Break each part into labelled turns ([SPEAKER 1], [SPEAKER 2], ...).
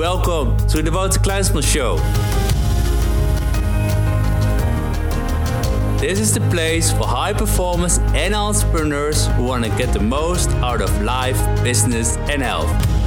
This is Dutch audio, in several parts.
[SPEAKER 1] Welcome to the Wouter Kleinsman Show. This is the place for high performers and entrepreneurs who want to get the most out of life, business and health.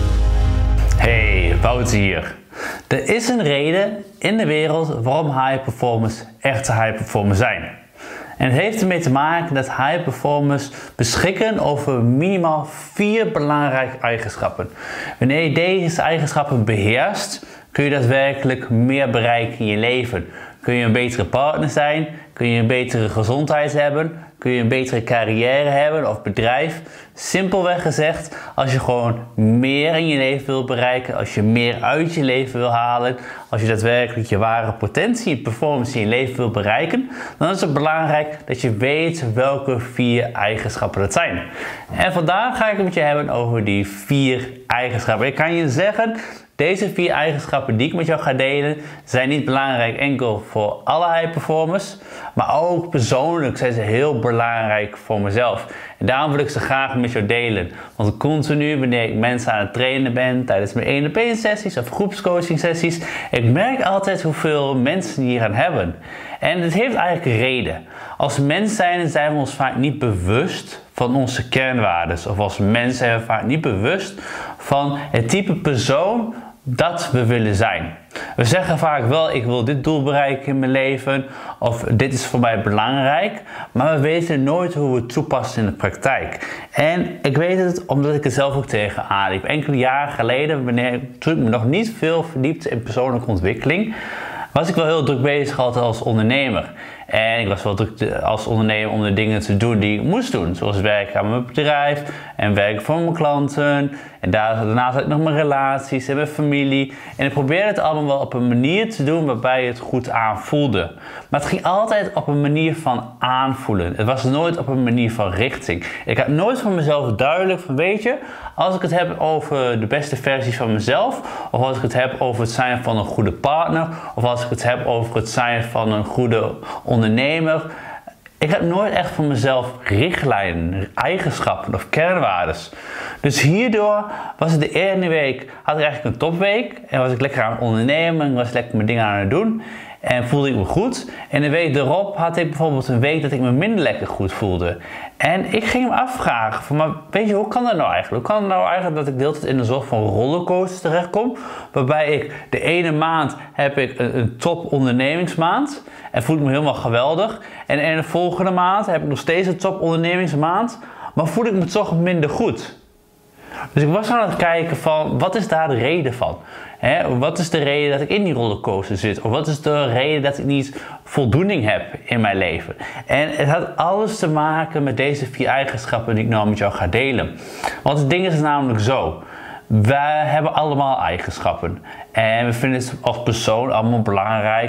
[SPEAKER 2] Hey, Wouter hier. Er is een reden in de wereld waarom high performers echte high performers zijn. En het heeft ermee te maken dat high performers beschikken over minimaal 4 belangrijke eigenschappen. Wanneer je deze eigenschappen beheerst, kun je daadwerkelijk meer bereiken in je leven. Kun je een betere partner zijn, kun je een betere gezondheid hebben, kun je een betere carrière hebben of bedrijf. Simpelweg gezegd, als je gewoon meer in je leven wil bereiken, als je meer uit je leven wil halen, als je daadwerkelijk je ware potentie en performance in je leven wil bereiken, dan is het belangrijk dat je weet welke 4 eigenschappen dat zijn. En vandaag ga ik het met je hebben over die 4 eigenschappen. Ik kan je zeggen, deze 4 eigenschappen die ik met jou ga delen, zijn niet belangrijk enkel voor alle high performers, maar ook persoonlijk zijn ze heel belangrijk voor mezelf. En daarom wil ik ze graag met jou delen. Want continu, wanneer ik mensen aan het trainen ben, tijdens mijn 1-op-1 sessies of groepscoaching sessies, ik merk altijd hoeveel mensen die hier aan hebben. En het heeft eigenlijk een reden. Als mens zijn we ons vaak niet bewust van onze kernwaarden. Of als mens zijn we vaak niet bewust van het type persoon dat we willen zijn. We zeggen vaak wel, ik wil dit doel bereiken in mijn leven, of dit is voor mij belangrijk, maar we weten nooit hoe we het toepassen in de praktijk. En ik weet het omdat ik er zelf ook tegenaan liep. Enkele jaren geleden, toen ik me nog niet veel verdiepte in persoonlijke ontwikkeling, was ik wel heel druk bezig altijd als ondernemer. En ik was wel druk als ondernemer om de dingen te doen die ik moest doen. Zoals werken aan mijn bedrijf en werken voor mijn klanten. En daarnaast had ik nog mijn relaties en mijn familie. En ik probeerde het allemaal wel op een manier te doen waarbij het goed aanvoelde. Maar het ging altijd op een manier van aanvoelen. Het was nooit op een manier van richting. Ik had nooit van mezelf duidelijk van, weet je, als ik het heb over de beste versie van mezelf, of als ik het heb over het zijn van een goede partner, of als ik het heb over het zijn van een goede ondernemer. Ik heb nooit echt voor mezelf richtlijnen, eigenschappen of kernwaarden. Dus hierdoor was het de ene week, had ik eigenlijk een topweek en was ik lekker aan het ondernemen, was lekker mijn dingen aan het doen. En voelde ik me goed. En de week erop had ik bijvoorbeeld een week dat ik me minder lekker goed voelde. En ik ging me afvragen van, maar weet je, hoe kan dat nou eigenlijk? Hoe kan het nou eigenlijk dat ik de hele tijd in een soort van rollercoaster terechtkom? Waarbij ik de ene maand heb ik een top ondernemingsmaand. En voel ik me helemaal geweldig. En in de volgende maand heb ik nog steeds een top ondernemingsmaand. Maar voel ik me toch minder goed. Dus ik was aan het kijken van, wat is daar de reden van? Wat is de reden dat ik in die rollercoaster zit? Of wat is de reden dat ik niet voldoening heb in mijn leven? En het had alles te maken met deze 4 eigenschappen die ik nou met jou ga delen. Want het ding is namelijk zo. Wij hebben allemaal eigenschappen. En we vinden het als persoon allemaal belangrijk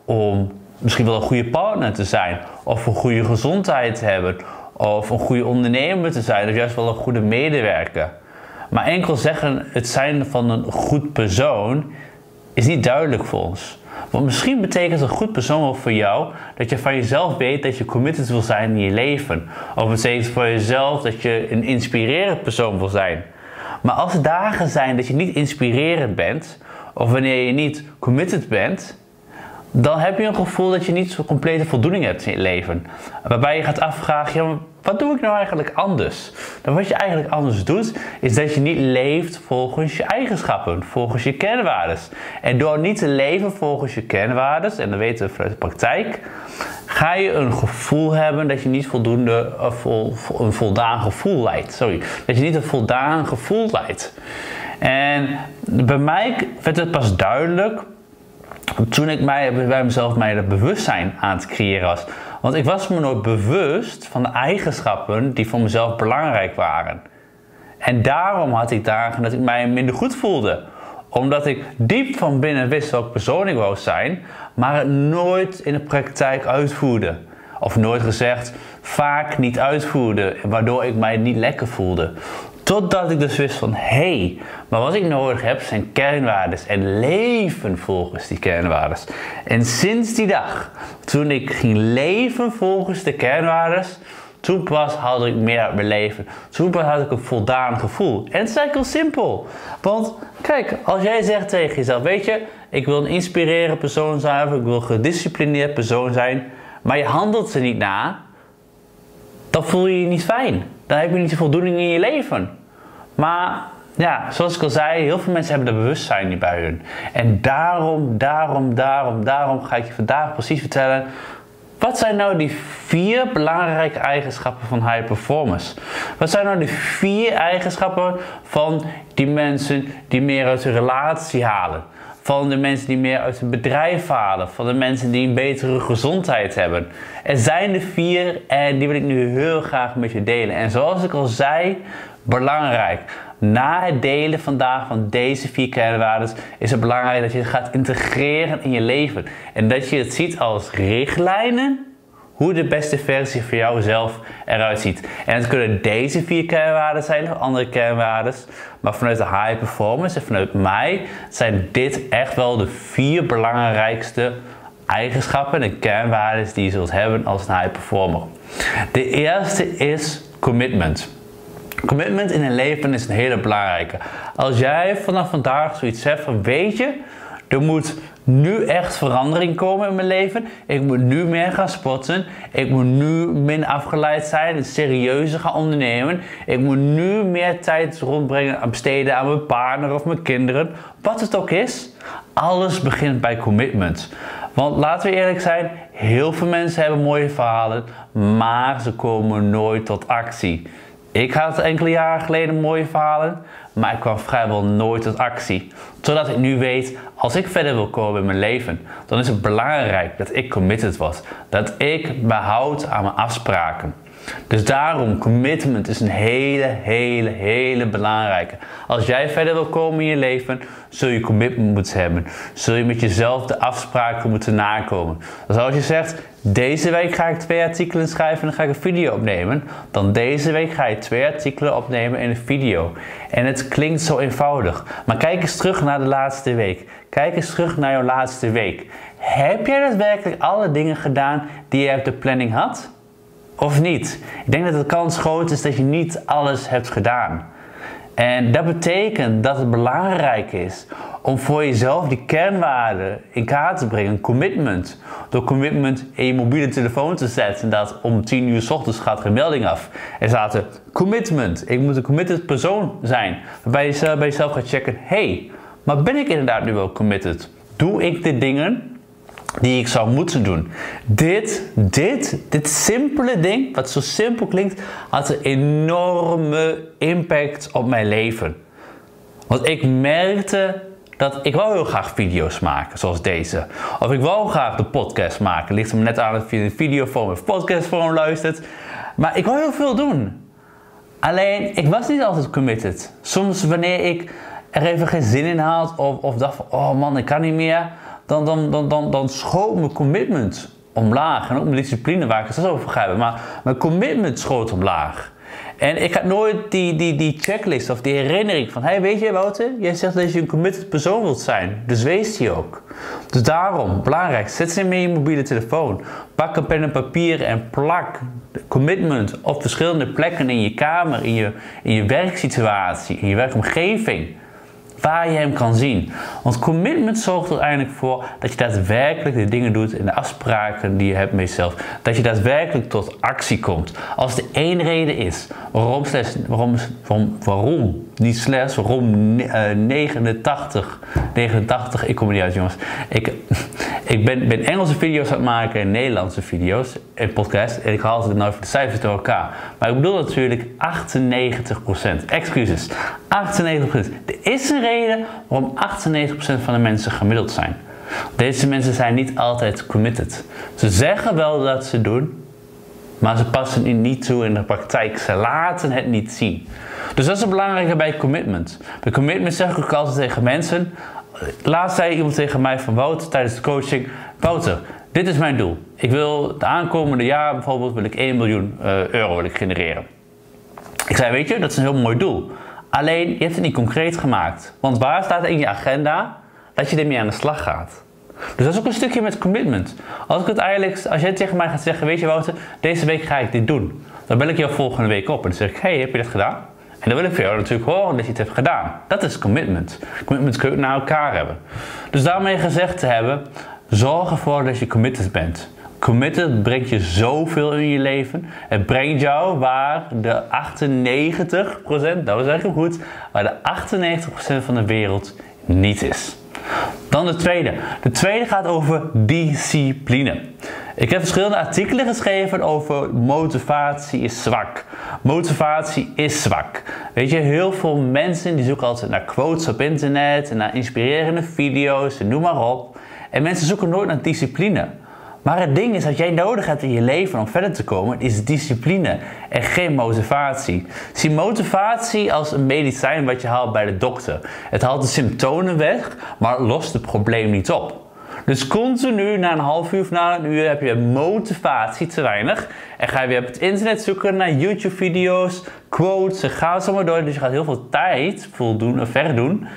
[SPEAKER 2] om misschien wel een goede partner te zijn. Of een goede gezondheid te hebben. Of een goede ondernemer te zijn. Of juist wel een goede medewerker. Maar enkel zeggen het zijn van een goed persoon is niet duidelijk voor ons. Want misschien betekent een goed persoon wel voor jou dat je van jezelf weet dat je committed wil zijn in je leven. Of het betekent voor jezelf dat je een inspirerend persoon wil zijn. Maar als er dagen zijn dat je niet inspirerend bent, of wanneer je niet committed bent, dan heb je een gevoel dat je niet zo'n complete voldoening hebt in je leven. Waarbij je gaat afvragen, ja, maar wat doe ik nou eigenlijk anders? Dan wat je eigenlijk anders doet, is dat je niet leeft volgens je eigenschappen, volgens je kernwaarden. En door niet te leven volgens je kernwaarden, en dat weten we vanuit de praktijk, ga je een gevoel hebben dat je niet voldoende een voldaan gevoel leidt. Dat je niet een voldaan gevoel leidt. En bij mij werd het pas duidelijk toen ik bij mezelf dat bewustzijn aan het creëren was. Want ik was me nooit bewust van de eigenschappen die voor mezelf belangrijk waren. En daarom had ik dagen dat ik mij minder goed voelde. Omdat ik diep van binnen wist welke persoon ik wou zijn, maar het nooit in de praktijk uitvoerde. Of nooit gezegd, vaak niet uitvoerde, waardoor ik mij niet lekker voelde. Totdat ik dus wist van, hé, maar wat ik nodig heb zijn kernwaarden en leven volgens die kernwaarden. En sinds die dag, toen ik ging leven volgens de kernwaarden, Toen pas had ik meer uit mijn leven. Toen pas had ik een voldaan gevoel. En het is eigenlijk heel simpel. Want kijk, als jij zegt tegen jezelf, weet je, ik wil een inspirerende persoon zijn, of ik wil een gedisciplineerd persoon zijn, maar je handelt er niet na, dan voel je je niet fijn. Dan heb je niet de voldoening in je leven. Maar ja, zoals ik al zei, heel veel mensen hebben er bewustzijn niet bij hun. En daarom ga ik je vandaag precies vertellen, wat zijn nou die 4 belangrijke eigenschappen van high performers? Wat zijn nou die 4 eigenschappen van die mensen die meer uit hun relatie halen? Van de mensen die meer uit hun bedrijf halen? Van de mensen die een betere gezondheid hebben? Er zijn er 4 en die wil ik nu heel graag met je delen. En zoals ik al zei, belangrijk. Na het delen vandaag van deze 4 kernwaarden is het belangrijk dat je het gaat integreren in je leven. En dat je het ziet als richtlijnen hoe de beste versie van jouzelf eruit ziet. En het kunnen deze 4 kernwaarden zijn of andere kernwaarden. Maar vanuit de high performance en vanuit mij zijn dit echt wel de 4 belangrijkste eigenschappen en kernwaarden die je zult hebben als een high performer. De eerste is commitment. Commitment in een leven is een hele belangrijke. Als jij vanaf vandaag zoiets hebt van, weet je, er moet nu echt verandering komen in mijn leven. Ik moet nu meer gaan sporten. Ik moet nu minder afgeleid zijn en serieuzer gaan ondernemen. Ik moet nu meer tijd rondbrengen aan besteden aan mijn partner of mijn kinderen. Wat het ook is, alles begint bij commitment. Want laten we eerlijk zijn, heel veel mensen hebben mooie verhalen, maar ze komen nooit tot actie. Ik had enkele jaren geleden mooie verhalen, maar ik kwam vrijwel nooit tot actie. Totdat ik nu weet, als ik verder wil komen in mijn leven, dan is het belangrijk dat ik committed was. Dat ik me houd aan mijn afspraken. Dus daarom, commitment is een hele belangrijke. Als jij verder wil komen in je leven, zul je commitment moeten hebben. Zul je met jezelf de afspraken moeten nakomen. Dus als je zegt, deze week ga ik 2 artikelen schrijven en dan ga ik een video opnemen. Dan deze week ga je 2 artikelen opnemen en een video. En het klinkt zo eenvoudig. Maar kijk eens terug naar de laatste week. Kijk eens terug naar jouw laatste week. Heb jij daadwerkelijk alle dingen gedaan die je op de planning had? Of niet? Ik denk dat de kans groot is dat je niet alles hebt gedaan. En dat betekent dat het belangrijk is om voor jezelf die kernwaarden in kaart te brengen. Commitment. Door commitment in je mobiele telefoon te zetten. Dat om 10 uur 's ochtends gaat er een melding af. Er staat er commitment. Ik moet een committed persoon zijn. Waarbij je bij jezelf gaat checken. Hey, maar ben ik inderdaad nu wel committed? Doe ik de dingen die ik zou moeten doen? Dit simpele ding, wat zo simpel klinkt, had een enorme impact op mijn leven. Want ik merkte dat ik wou heel graag video's maken, zoals deze. Of ik wou graag de podcast maken. Ligt er me net aan of je een videovorm of podcastvorm luistert. Maar ik wou heel veel doen. Alleen, ik was niet altijd committed. Soms wanneer ik er even geen zin in had of dacht van, oh man, ik kan niet meer, dan schoot mijn commitment omlaag. En ook mijn discipline, waar ik het straks over ga hebben. Maar mijn commitment schoot omlaag. En ik had nooit die checklist of die herinnering van, hey, weet je Wouter, jij zegt dat je een committed persoon wilt zijn. Dus wees die ook. Dus daarom, belangrijk, zet ze in je mobiele telefoon. Pak een pen en papier en plak commitment op verschillende plekken in je kamer, in je werksituatie, in je werkomgeving. Waar je hem kan zien. Want commitment zorgt er uiteindelijk voor dat je daadwerkelijk de dingen doet en de afspraken die je hebt met jezelf. Dat je daadwerkelijk tot actie komt. Als de één reden is waarom 89, ik kom er niet uit jongens. Ik ben Engelse video's aan het maken en Nederlandse video's en podcast. En ik haal altijd nou even de cijfers door elkaar. Maar ik bedoel natuurlijk 98%. Excuses. 98%. Er is een reden waarom 98% van de mensen gemiddeld zijn. Deze mensen zijn niet altijd committed. Ze zeggen wel dat ze doen, maar ze passen het niet toe in de praktijk. Ze laten het niet zien. Dus dat is het belangrijke bij commitment. Bij commitment zeg ik ook altijd tegen mensen. Laatst zei iemand tegen mij van Wouter tijdens de coaching. Wouter, dit is mijn doel. Ik wil de aankomende jaar bijvoorbeeld wil ik 1 miljoen euro wil ik genereren. Ik zei, weet je, dat is een heel mooi doel. Alleen, je hebt het niet concreet gemaakt. Want waar staat in je agenda dat je ermee aan de slag gaat? Dus dat is ook een stukje met commitment. Als jij tegen mij gaat zeggen, weet je Wouter, deze week ga ik dit doen. Dan bel ik jou volgende week op en dan zeg ik, hey, heb je dat gedaan? En dan wil ik van jou natuurlijk horen dat je het hebt gedaan. Dat is commitment. Commitment kun je naar elkaar hebben. Dus daarmee gezegd te hebben, zorg ervoor dat je committed bent. Committed brengt je zoveel in je leven. Het brengt jou waar de 98%, dat was eigenlijk goed, waar de 98% van de wereld niet is. Dan de tweede. De tweede gaat over discipline. Ik heb verschillende artikelen geschreven over motivatie is zwak. Motivatie is zwak. Weet je, heel veel mensen die zoeken altijd naar quotes op internet en naar inspirerende video's en noem maar op. En mensen zoeken nooit naar discipline. Maar het ding is dat jij nodig hebt in je leven om verder te komen, is discipline en geen motivatie. Zie motivatie als een medicijn wat je haalt bij de dokter. Het haalt de symptomen weg, maar lost het probleem niet op. Dus continu na een half uur of na een uur heb je motivatie te weinig. En ga je weer op het internet zoeken naar YouTube video's, quotes en ga zo maar door. Dus je gaat heel veel tijd verdoen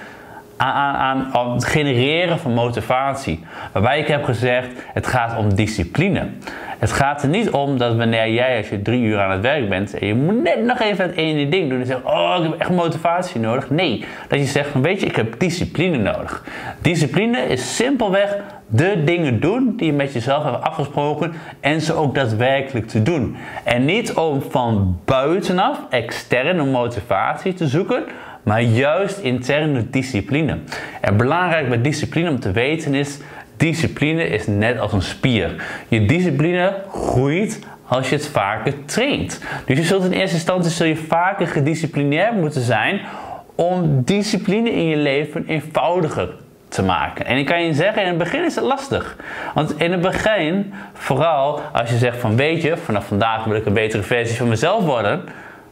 [SPEAKER 2] aan het genereren van motivatie. Waarbij ik heb gezegd, het gaat om discipline. Het gaat er niet om dat wanneer jij, als je 3 uur aan het werk bent en je moet net nog even het ene ding doen en zegt, oh, ik heb echt motivatie nodig. Nee, dat je zegt, weet je, ik heb discipline nodig. Discipline is simpelweg de dingen doen die je met jezelf hebt afgesproken en ze ook daadwerkelijk te doen. En niet om van buitenaf externe motivatie te zoeken, maar juist interne discipline. En belangrijk bij discipline om te weten is, discipline is net als een spier. Je discipline groeit als je het vaker traint. Dus je zult in eerste instantie vaker gedisciplineerd moeten zijn om discipline in je leven eenvoudiger te maken. En ik kan je zeggen, in het begin is het lastig. Want in het begin, vooral als je zegt van weet je, vanaf vandaag wil ik een betere versie van mezelf worden,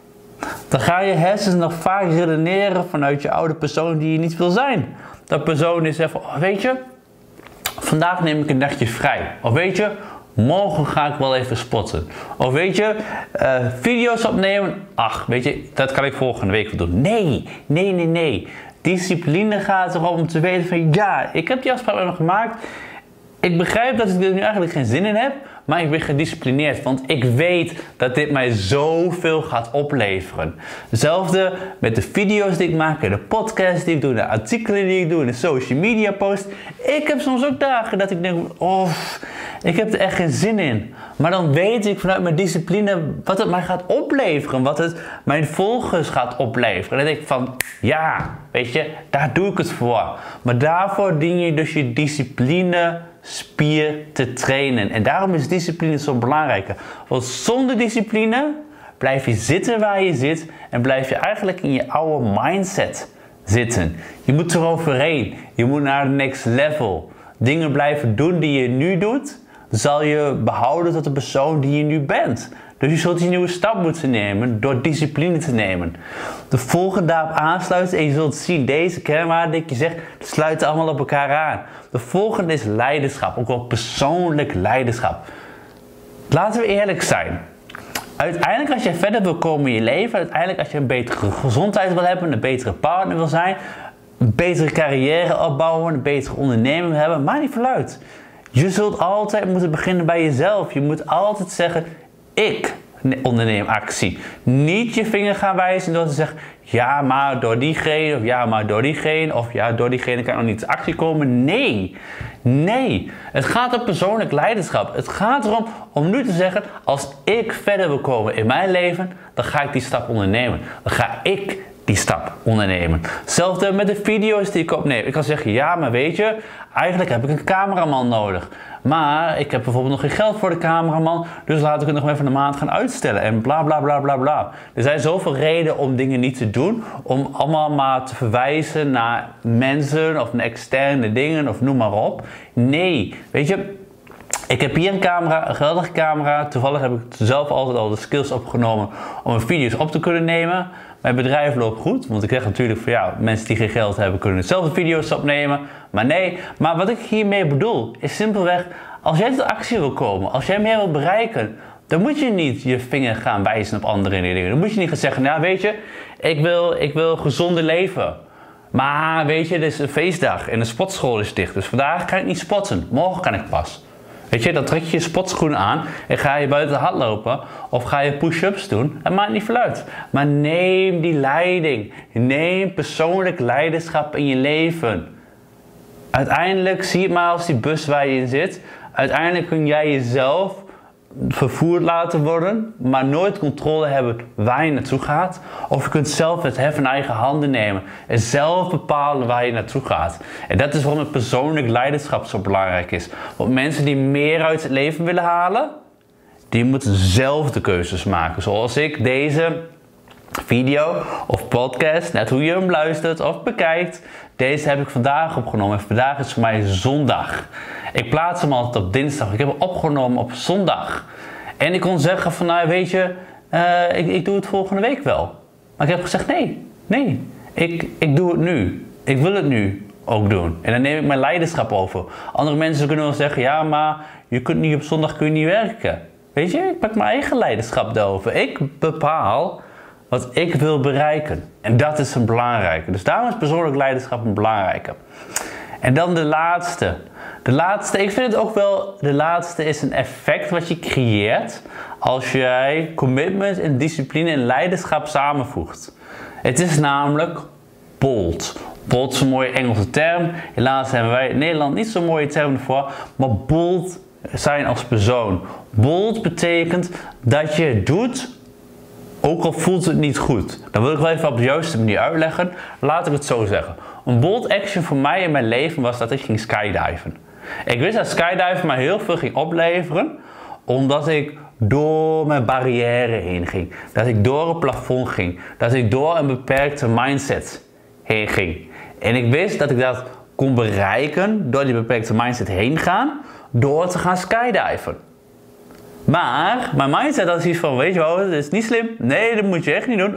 [SPEAKER 2] dan ga je hersens nog vaak redeneren vanuit je oude persoon die je niet wil zijn. Dat persoon is even, oh, weet je, vandaag neem ik een dagje vrij. Of weet je, morgen ga ik wel even sporten. Of weet je, video's opnemen. Ach, weet je, dat kan ik volgende week wel doen. Nee. Discipline gaat erom om te weten van ja, ik heb die afspraak met me gemaakt. Ik begrijp dat ik er nu eigenlijk geen zin in heb, maar ik ben gedisciplineerd, want ik weet dat dit mij zoveel gaat opleveren. Hetzelfde met de video's die ik maak, de podcasts die ik doe, de artikelen die ik doe, de social media posts. Ik heb soms ook dagen dat ik denk, oh, ik heb er echt geen zin in. Maar dan weet ik vanuit mijn discipline wat het mij gaat opleveren, wat het mijn volgers gaat opleveren. En dan denk ik van, ja, weet je, daar doe ik het voor. Maar daarvoor dien je dus je discipline spier te trainen. En daarom is discipline zo belangrijk. Want zonder discipline blijf je zitten waar je zit en blijf je eigenlijk in je oude mindset zitten. Je moet eroverheen. Je moet naar de next level. Dingen blijven doen die je nu doet, zal je behouden tot de persoon die je nu bent. Dus je zult die nieuwe stap moeten nemen door discipline te nemen. De volgende daarop aansluiten en je zult zien, deze kernwaarden die ik je zeg, sluiten allemaal op elkaar aan. De volgende is leiderschap, ook wel persoonlijk leiderschap. Laten we eerlijk zijn. Uiteindelijk als je verder wil komen in je leven, uiteindelijk als je een betere gezondheid wil hebben, een betere partner wil zijn, een betere carrière opbouwen, een betere onderneming hebben, maakt niet uit. Je zult altijd moeten beginnen bij jezelf. Je moet altijd zeggen, ik onderneem actie. Niet je vinger gaan wijzen door te zeggen, ja maar door diegene, of ja maar door diegene, of ja door diegene kan ik nog niet in actie komen. Nee. Het gaat om persoonlijk leiderschap. Het gaat erom om nu te zeggen, als ik verder wil komen in mijn leven, dan ga ik die stap ondernemen. Dan ga ik die stap ondernemen. Hetzelfde met de video's die ik opneem. Ik kan zeggen, ja maar weet je, eigenlijk heb ik een cameraman nodig. Maar ik heb bijvoorbeeld nog geen geld voor de cameraman, dus laat ik het nog even een maand gaan uitstellen en bla bla bla bla bla. Er zijn zoveel redenen om dingen niet te doen, om allemaal maar te verwijzen naar mensen of naar externe dingen of noem maar op. Nee, weet je, ik heb hier een camera, een geweldige camera. Toevallig heb ik zelf altijd al de skills opgenomen om mijn video's op te kunnen nemen. Mijn bedrijf loopt goed, want ik zeg natuurlijk van ja, mensen die geen geld hebben kunnen hetzelfde video's opnemen. Maar nee, maar wat ik hiermee bedoel is simpelweg, als jij tot actie wil komen, als jij meer wil bereiken, dan moet je niet je vinger gaan wijzen op andere dingen. Dan moet je niet gaan zeggen, nou weet je, ik wil gezonder leven. Maar weet je, dit is een feestdag en de sportschool is dicht, dus vandaag kan ik niet sporten, morgen kan ik pas. Weet je, dan trek je je sportschoenen aan en ga je buiten hardlopen of ga je push-ups doen. Het maakt niet veel uit. Maar neem die leiding. Neem persoonlijk leiderschap in je leven. Uiteindelijk zie je maar als die bus waar je in zit. Uiteindelijk kun jij jezelf vervoerd laten worden, maar nooit controle hebben waar je naartoe gaat. Of je kunt zelf het hef in eigen handen nemen en zelf bepalen waar je naartoe gaat. En dat is waarom het persoonlijk leiderschap zo belangrijk is. Want mensen die meer uit het leven willen halen, die moeten zelf de keuzes maken. Zoals ik deze video of podcast, net hoe je hem luistert of bekijkt. Deze heb ik vandaag opgenomen en vandaag is voor mij zondag. Ik plaats hem altijd op dinsdag. Ik heb hem opgenomen op zondag. En ik kon zeggen van, nou weet je, ik doe het volgende week wel. Maar ik heb gezegd nee, ik doe het nu. Ik wil het nu ook doen. En dan neem ik mijn leiderschap over. Andere mensen kunnen wel zeggen, ja maar je kunt niet op zondag niet werken. Weet je, ik pak mijn eigen leiderschap daarover. Ik bepaal wat ik wil bereiken. En dat is een belangrijke. Dus daarom is persoonlijk leiderschap een belangrijke. En dan de laatste. De laatste, ik vind het ook wel, de laatste is een effect wat je creëert als jij commitment en discipline en leiderschap samenvoegt. Het is namelijk bold. Bold is een mooie Engelse term. Helaas hebben wij in Nederland niet zo'n mooie term ervoor. Maar bold zijn als persoon. Bold betekent dat je het doet, ook al voelt het niet goed. Dan wil ik wel even op de juiste manier uitleggen. Laat ik het zo zeggen. Een bold action voor mij in mijn leven was dat ik ging skydiven. Ik wist dat skydiven mij heel veel ging opleveren, omdat ik door mijn barrière heen ging. Dat ik door een plafond ging. Dat ik door een beperkte mindset heen ging. En ik wist dat ik dat kon bereiken door die beperkte mindset heen gaan, door te gaan skydiven. Maar mijn mindset had zoiets van, weet je wel, dat is niet slim. Nee, dat moet je echt niet doen.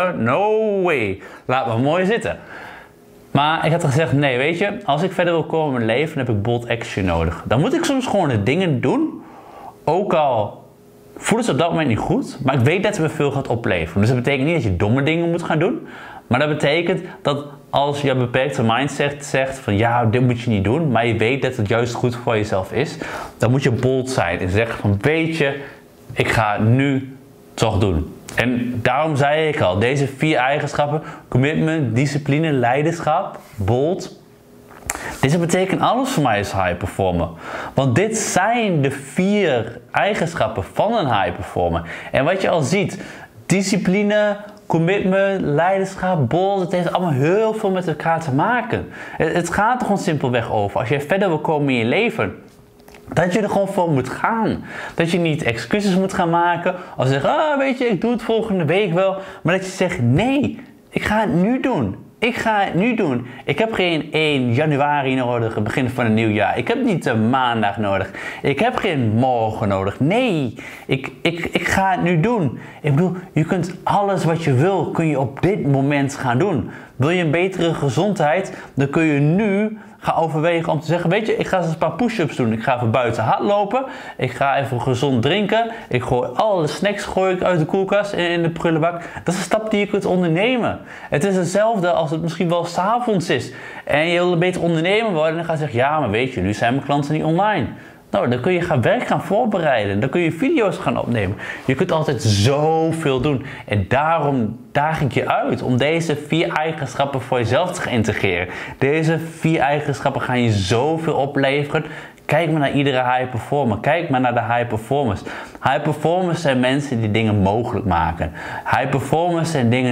[SPEAKER 2] No way. Laat me mooi zitten. Maar ik had gezegd, nee, weet je, als ik verder wil komen in mijn leven, dan heb ik bold action nodig. Dan moet ik soms gewoon de dingen doen, ook al voelen ze op dat moment niet goed, maar ik weet dat het me veel gaat opleveren. Dus dat betekent niet dat je domme dingen moet gaan doen, maar dat betekent dat als je beperkte mindset zegt van ja, dit moet je niet doen, maar je weet dat het juist goed voor jezelf is, dan moet je bold zijn en zeggen van weet je, ik ga het nu toch doen. En daarom zei ik al, deze 4 eigenschappen, commitment, discipline, leiderschap, bold. Dit betekent alles voor mij als high performer. Want dit zijn de 4 eigenschappen van een high performer. En wat je al ziet, discipline, commitment, leiderschap, bold, het heeft allemaal heel veel met elkaar te maken. Het gaat er gewoon simpelweg over. Als je verder wil komen in je leven, dat je er gewoon voor moet gaan. Dat je niet excuses moet gaan maken. Of zeggen, weet je, ik doe het volgende week wel. Maar dat je zegt, nee, ik ga het nu doen. Ik ga het nu doen. Ik heb geen 1 januari nodig, het begin van een nieuw jaar. Ik heb niet een maandag nodig. Ik heb geen morgen nodig. Nee, ik ga het nu doen. Ik bedoel, je kunt alles wat je wil, kun je op dit moment gaan doen. Wil je een betere gezondheid, dan kun je nu gaan overwegen om te zeggen, weet je, ik ga eens een paar push-ups doen. Ik ga even buiten hardlopen. Ik ga even gezond drinken. Ik gooi alle snacks uit de koelkast en in de prullenbak. Dat is een stap die je kunt ondernemen. Het is hetzelfde als het misschien wel 's avonds is. En je wil een beter ondernemer worden. En dan ga je zeggen, ja, maar weet je, nu zijn mijn klanten niet online. Nou, dan kun je werk gaan voorbereiden. Dan kun je video's gaan opnemen. Je kunt altijd zoveel doen. En daarom daag ik je uit om deze 4 eigenschappen voor jezelf te gaan integreren. Deze 4 eigenschappen gaan je zoveel opleveren. Kijk maar naar iedere high performer. Kijk maar naar de high performers. High performers zijn mensen die dingen mogelijk maken. High performers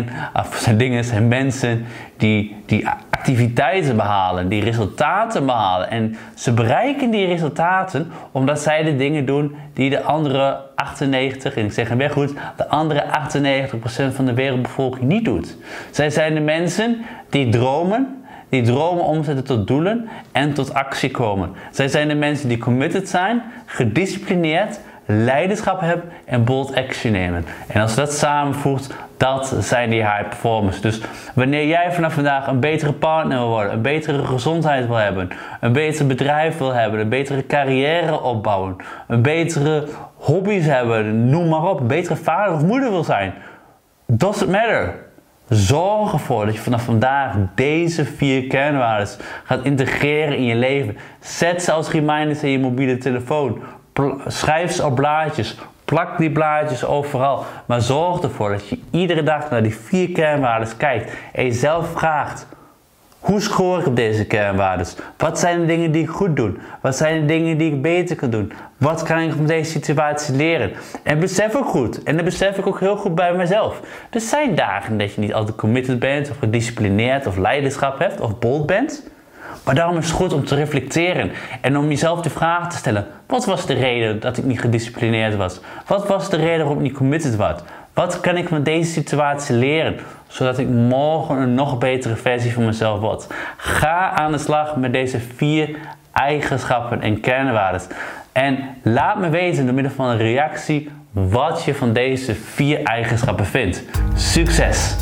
[SPEAKER 2] zijn mensen die activiteiten behalen, die resultaten behalen. En ze bereiken die resultaten omdat zij de dingen doen die de andere 98, en ik zeg hem weer goed, de andere 98% van de wereldbevolking niet doet. Zij zijn de mensen die dromen omzetten tot doelen en tot actie komen. Zij zijn de mensen die committed zijn, gedisciplineerd, leiderschap hebben en bold action nemen. En als je dat samenvoegt, dat zijn die high performers. Dus wanneer jij vanaf vandaag een betere partner wil worden, een betere gezondheid wil hebben, een beter bedrijf wil hebben, een betere carrière opbouwen, een betere hobby's hebben, noem maar op, een betere vader of moeder wil zijn, doesn't matter. Zorg ervoor dat je vanaf vandaag deze 4 kernwaarden gaat integreren in je leven. Zet ze als reminders in je mobiele telefoon. Schrijf ze op blaadjes. Plak die blaadjes overal. Maar zorg ervoor dat je iedere dag naar die 4 kernwaarden kijkt. En jezelf vraagt: hoe scoor ik op deze kernwaarden? Wat zijn de dingen die ik goed doe? Wat zijn de dingen die ik beter kan doen? Wat kan ik van deze situatie leren? En besef ook goed, en dat besef ik ook heel goed bij mezelf. Er zijn dagen dat je niet altijd committed bent, of gedisciplineerd, of leiderschap hebt, of bold bent. Maar daarom is het goed om te reflecteren en om jezelf de vraag te stellen: wat was de reden dat ik niet gedisciplineerd was? Wat was de reden waarom ik niet committed was? Wat kan ik van deze situatie leren, zodat ik morgen een nog betere versie van mezelf word? Ga aan de slag met deze 4 eigenschappen en kernwaarden. En laat me weten door middel van een reactie wat je van deze 4 eigenschappen vindt. Succes!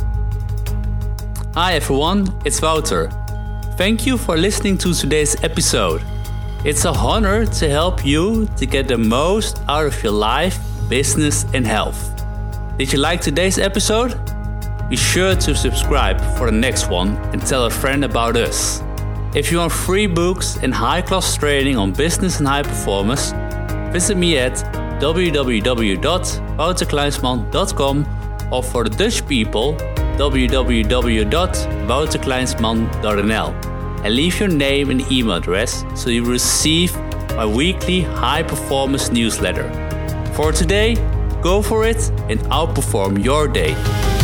[SPEAKER 1] Hi everyone, it's Wouter. Thank you for listening to today's episode. It's a honor to help you to get the most out of your life, business and health. Did you like today's episode? Be sure to subscribe for the next one and tell a friend about us. If you want free books and high-class training on business and high performance, visit me at www.wouterkleinsman.com, or for the Dutch people, www.wouterkleinsman.nl, and leave your name and email address so you receive my weekly high performance newsletter. For today, go for it and outperform your day.